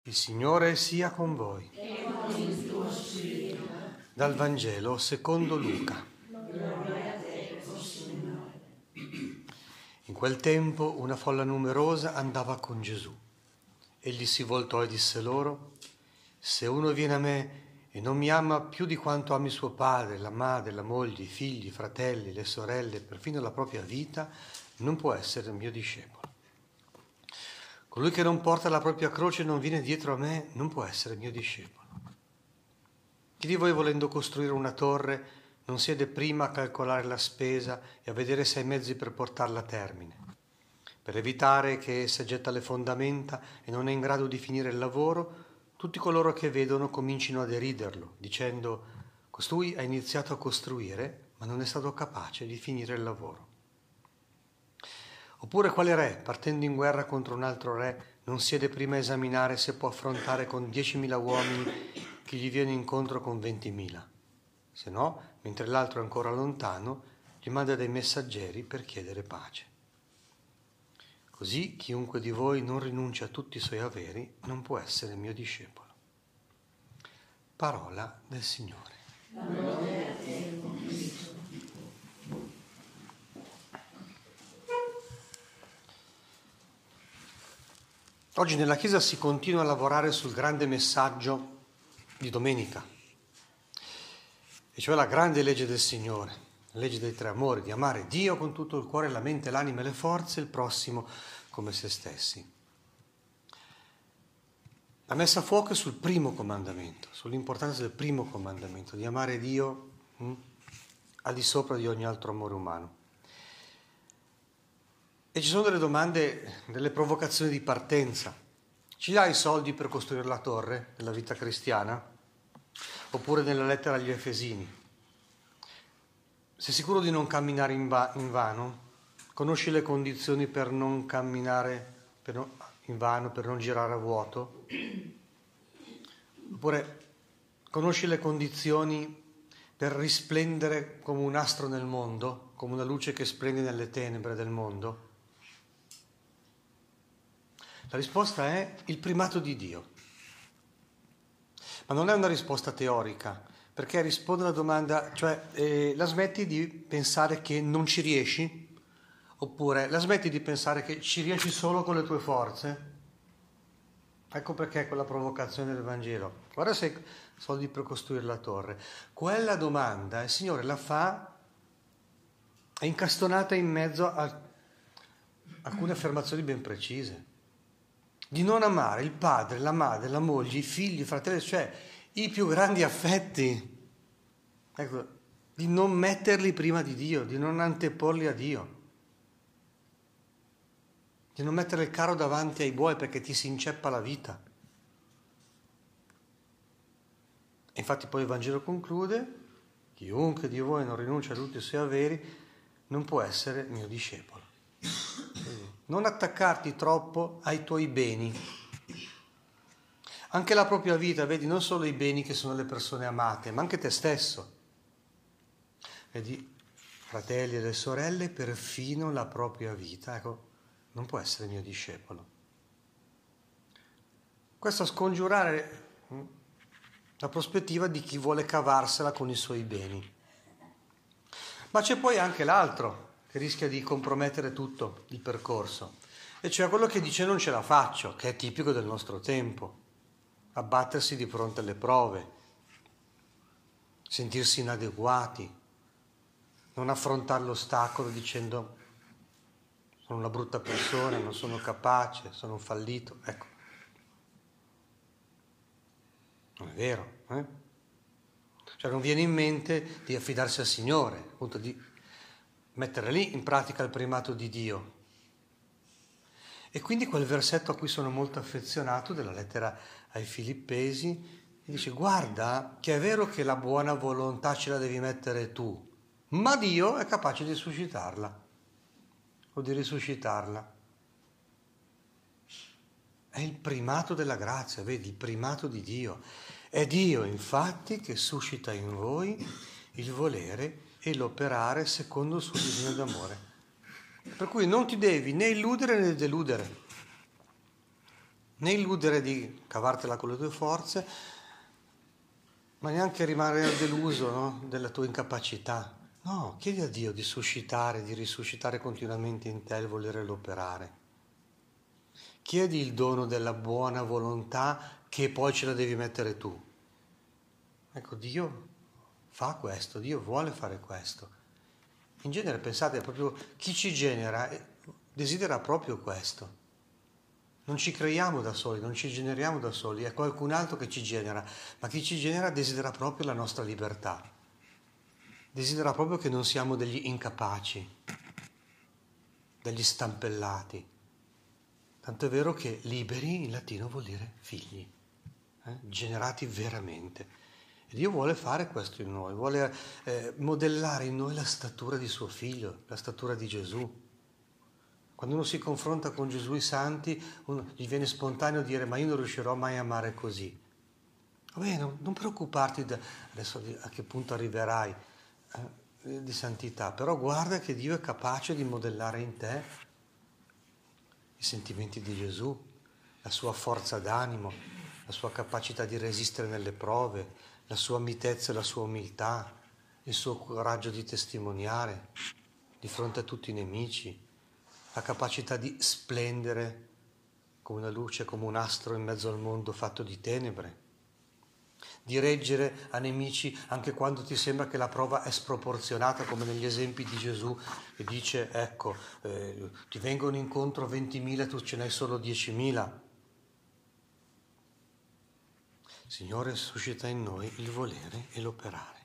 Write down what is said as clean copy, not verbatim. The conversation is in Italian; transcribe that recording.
Il Signore sia con voi. E con il tuo spirito. Dal Vangelo secondo Luca. Gloria a te, o Signore. In quel tempo una folla numerosa andava con Gesù. Egli si voltò e disse loro: se uno viene a me e non mi ama più di quanto ami suo padre, la madre, la moglie, i figli, i fratelli, le sorelle, perfino la propria vita, non può essere mio discepolo. Colui che non porta la propria croce e non viene dietro a me non può essere mio discepolo. Chi di voi, volendo costruire una torre, non siede prima a calcolare la spesa e a vedere se ha i mezzi per portarla a termine, per evitare che essa getta le fondamenta e non è in grado di finire il lavoro? Tutti coloro che vedono comincino a deriderlo, dicendo: costui ha iniziato a costruire, ma non è stato capace di finire il lavoro. Oppure quale re, partendo in guerra contro un altro re, non siede prima a esaminare se può affrontare con 10.000 uomini chi gli viene incontro con 20.000? Se no, mentre l'altro è ancora lontano, gli manda dei messaggeri per chiedere pace. Così chiunque di voi non rinuncia a tutti i suoi averi non può essere mio discepolo. Parola del Signore. Gloria a te, o Cristo. Oggi nella Chiesa si continua a lavorare sul grande messaggio di domenica, e cioè la grande legge del Signore, la legge dei tre amori, di amare Dio con tutto il cuore, la mente, l'anima e le forze, e il prossimo come se stessi. La messa a fuoco è sul primo comandamento, sull'importanza del primo comandamento, di amare Dio al di sopra di ogni altro amore umano. E ci sono delle domande, delle provocazioni di partenza. Ci dai i soldi per costruire la torre nella vita cristiana? Oppure nella lettera agli Efesini: sei sicuro di non camminare in vano? Conosci le condizioni per non camminare in vano, per non girare a vuoto? Oppure conosci le condizioni per risplendere come un astro nel mondo, come una luce che splende nelle tenebre del mondo? La risposta è il primato di Dio. Ma non è una risposta teorica, perché risponde alla domanda, cioè la smetti di pensare che non ci riesci? Oppure la smetti di pensare che ci riesci solo con le tue forze? Ecco perché quella provocazione del Vangelo: guarda se hai soldi per costruire la torre. Quella domanda il Signore la fa, è incastonata in mezzo a alcune affermazioni ben precise. Di non amare il padre, la madre, la moglie, i figli, i fratelli, cioè i più grandi affetti. Ecco, di non metterli prima di Dio, di non anteporli a Dio, di non mettere il carro davanti ai buoi perché ti si inceppa la vita. E infatti poi il Vangelo conclude: chiunque di voi non rinuncia a tutti i suoi averi non può essere mio discepolo. Non attaccarti troppo ai tuoi beni, anche la propria vita, vedi, non solo i beni che sono le persone amate, ma anche te stesso. Vedi, fratelli e le sorelle, perfino la propria vita, ecco, non può essere mio discepolo. Questo a scongiurare la prospettiva di chi vuole cavarsela con i suoi beni. Ma c'è poi anche l'altro, che rischia di compromettere tutto il percorso, e cioè quello che dice: non ce la faccio, che è tipico del nostro tempo. Abbattersi di fronte alle prove, sentirsi inadeguati, non affrontare l'ostacolo dicendo: sono una brutta persona, non sono capace, sono un fallito. Ecco, non è vero, eh? Cioè non viene in mente di affidarsi al Signore, appunto di mettere lì in pratica il primato di Dio. E quindi quel versetto a cui sono molto affezionato della lettera ai Filippesi dice: guarda che è vero che la buona volontà ce la devi mettere tu, ma Dio è capace di suscitarla o di risuscitarla. È il primato della grazia, vedi, il primato di Dio. È Dio infatti che suscita in voi il volere e l'operare secondo il suo disegno d'amore. Per cui non ti devi né illudere né deludere. né illudere di cavartela con le tue forze, ma neanche rimanere deluso, no? Della tua incapacità. No, chiedi a Dio di suscitare, di risuscitare continuamente in te il volere e l'operare. Chiedi il dono della buona volontà che poi ce la devi mettere tu. Ecco, Dio fa questo, Dio vuole fare questo. In genere, pensate, proprio chi ci genera desidera proprio questo. Non ci creiamo da soli, non ci generiamo da soli, è qualcun altro che ci genera, ma chi ci genera desidera proprio la nostra libertà. Desidera proprio che non siamo degli incapaci, degli stampellati. Tanto è vero che liberi in latino vuol dire figli, generati veramente. E Dio vuole fare questo in noi, vuole modellare in noi la statura di suo figlio, la statura di Gesù. Quando uno si confronta con Gesù e i santi, gli viene spontaneo dire: ma io non riuscirò mai a amare così. Vabbè, non preoccuparti adesso a che punto arriverai di santità, però guarda che Dio è capace di modellare in te i sentimenti di Gesù, la sua forza d'animo, la sua capacità di resistere nelle prove, la sua mitezza e la sua umiltà, il suo coraggio di testimoniare di fronte a tutti i nemici, la capacità di splendere come una luce, come un astro in mezzo al mondo fatto di tenebre, di reggere a nemici anche quando ti sembra che la prova è sproporzionata, come negli esempi di Gesù che dice: ecco, ti vengono incontro 20.000 e tu ce n'hai solo 10.000. Signore, suscita in noi il volere e l'operare.